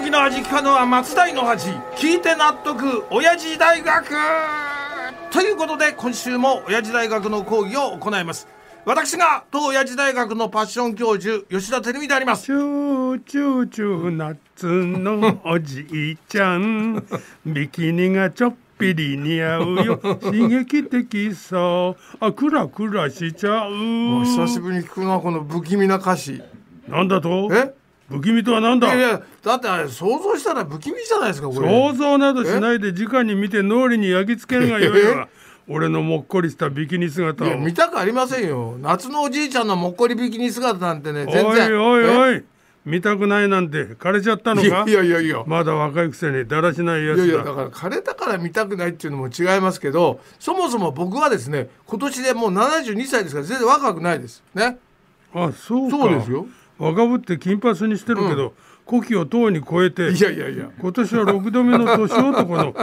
時の味聞かぬは松代の味、聞いて納得親父大学ということで、今週も親父大学の講義を行います。私が当親父大学のパッション教授吉田照美であります。 チューチューチュー夏のおじいちゃんビキニがちょっぴり似合うよ刺激的さあクラクラしちゃう。 もう久しぶりに聞くな、この不気味な歌詞。 なんだと？ え？ 不気味とはなんだ？ いやだってあれ想像したら不気味じゃないですかこれ。 想像などしないで直に見て脳裏に焼き付けるがよいわ。俺のもっこりしたビキニ姿を。 いや見たくありませんよ。夏のおじいちゃんのもっこりビキニ姿なんてね、全然。 おいおいおい、見たくないなんて枯れちゃったのか？ いやまだ若いくせにだらしないやつだ。 いやだから枯れたから見たくないっていうのも違いますけど、そもそも僕はですね、今年でもう72歳ですから全然若くないですね。 あ、そうか。 そうですよ。 若ぶって金髪にしてるけど、古希をとうに超えて、 いや今年は6度目の年男の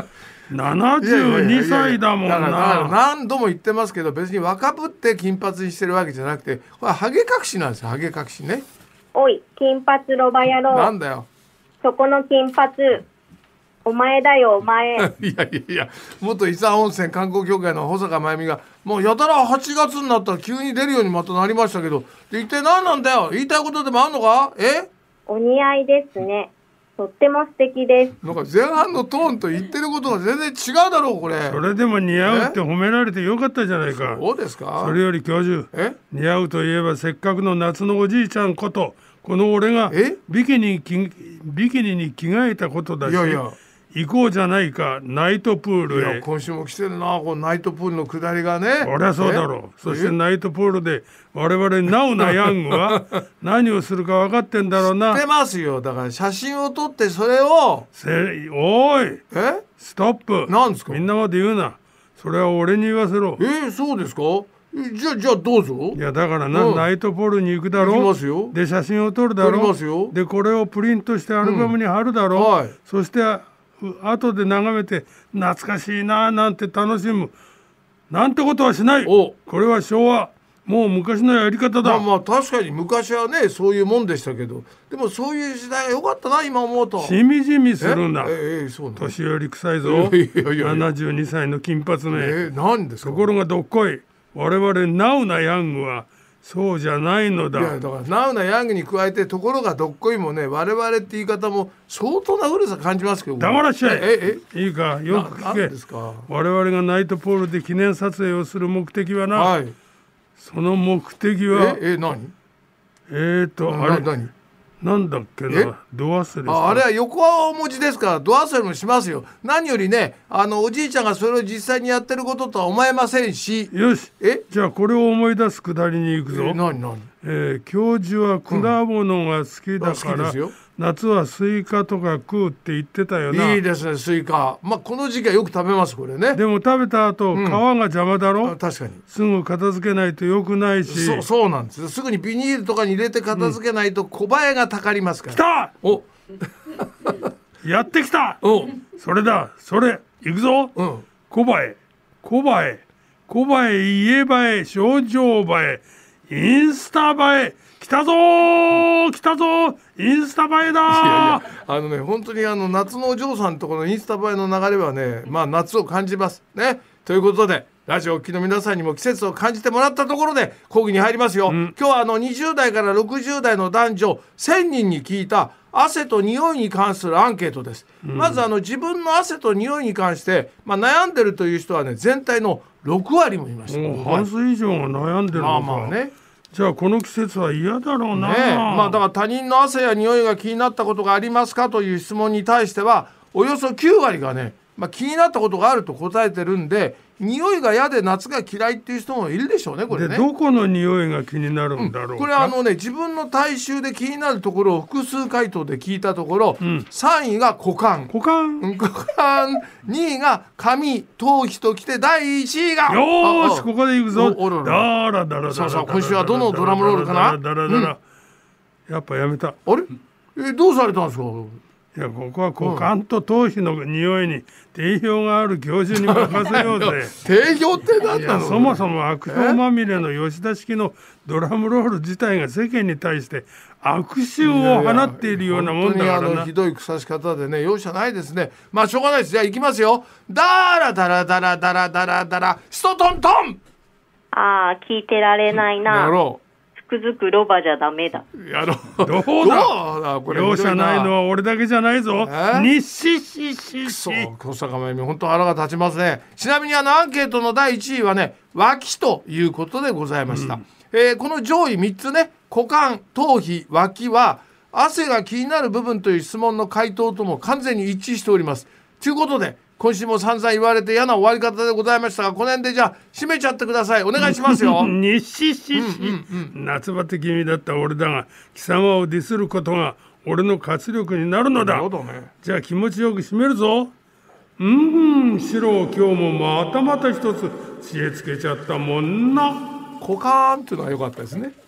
72歳だもんな。 だから何度も言ってますけど、別に若ぶって金髪にしてるわけじゃなくて、これはハゲ隠しなんですよ。ハゲ隠しね。 おい金髪ロバ野郎、 なんだよそこの金髪お前だよお前。 いや元伊佐温泉観光協会の保坂真由美がもうやたら8月になったら急に出るようにまたなりましたけど、で一体何なんだよ。言いたいことでもあんのか？ お似合いですね。とっても素敵です。 なんか前半のトーンと言ってることが全然違うだろうこれ。 それでも似合うって褒められてよかったじゃないか。 そうですか？ それより教授、似合うといえばせっかくの夏のおじいちゃんことこの俺がビキニに着替えたことだし、行こうじゃないかナイトプールへ。 いや今週も来てるな、このナイトプールの下りがね。 俺はそうだろう。そしてナイトプールで我々ナウなヤングは何をするか分かってんだろうな。 知ってますよ。だから写真を撮ってそれをおいストップ。 なんですか？ みんなまで言うな。それは俺に言わせろ。 そうですか？じゃあどうぞ。 いやだからナイトプールに行くだろう。 行きますよ。 で写真を撮るだろう。 撮りますよ。 でこれをプリントしてアルバムに貼るだろう。そして後で眺めて懐かしいななんて楽しむなんてことはしない。これは昭和、もう昔のやり方だ。 まあ確かに昔はねそういうもんでしたけど、でもそういう時代が良かったな今思うと。 しみじみするな。 そう年寄り臭いぞ。72歳の金髪め。 何ですか？ ところがどっこい我々ナウなヤングはそうじゃないのだ。 いやだからナウなヤングに加えてところがどっこいもね、我々って言い方も相当な古さ感じますけど。 黙らっしゃい。いいかよく聞け。 ですか？ 我々がナイトプールで記念撮影をする目的はな、その目的は何？ あれなんだっけな、ド忘れ。 あれは横文字ですからド忘れもしますよ。何よりね、おじいちゃんがそれを実際にやってることとは思えませんし。 よし、じゃあこれを思い出すくだりに行くぞ。 何？ 教授は果物が好きだから、夏はスイカとか食うって言ってたよな。 いいですねスイカ。この時期はよく食べますこれね。 でも食べた後、皮が邪魔だろ。 確かにすぐ片付けないとよくないし。 そうなんです。すぐにビニールとかに入れて片付けないと小映えがたかりますから。 来たやってきた。それだ、それ行くぞ。小映え家映え症状映えインスタ映え来たぞインスタ映えだ。 本当に夏のお嬢さんとこのインスタ映えの流れはね、夏を感じますね。ということでラジオを聴きの皆さんにも季節を感じてもらったところで講義に入りますよ。今日は20代から60代の男女1000人に聞いた汗と匂いに関するアンケートです。まず自分の汗と匂いに関して、悩んでるという人はね全体の6割もいました。 半数以上が悩んでるのか。じゃあこの季節は嫌だろうな。 だから他人の汗や匂いが気になったことがありますかという質問に対してはおよそ9割がね、気になったことがあると答えてるんで、匂いが嫌で夏が嫌いっていう人もいるでしょうねこれね。 でどこの匂いが気になるんだろうか。 これは自分の体臭で気になるところを複数回答で聞いたところ、3位が股間、2位が髪頭皮ときて第1位が。 よーしここでいくぞ。だらだらそう今週はどのドラムロールかな。 やっぱやめた。 あれどうされたんですか？ いやここは股間と頭皮の匂いに定評がある教授に任せようぜ。 定評って何なの？ そもそも悪評まみれの吉田式のドラムロール自体が世間に対して悪臭を放っているようなもんだからな。 本当にひどい腐し方でね容赦ないですね。まあしょうがないです。じゃあ行きますよ。ダラダラダラダラダラダラストトントン。 ああ、聞いてられないな。 やろう。 つくづくロバじゃダメだ。 やろう。 どうだこれ容赦ないのは俺だけじゃないぞ。にしししし。 そう小坂真由美本当腹が立ちますね。ちなみにアンケートの第1位はね脇ということでございました。この上位3つね股間頭皮脇は汗が気になる部分という質問の回答とも完全に一致しております。ということで今週も散々言われて嫌な終わり方でございましたがこの辺でじゃあ締めちゃってください。お願いしますよ。 にししし、夏バテ気味だった俺だが貴様をディスることが俺の活力になるのだ。じゃあ気持ちよく締めるぞ。シロ今日もまたまた一つ知恵つけちゃったもんな。 股間っていうのは良かったですね。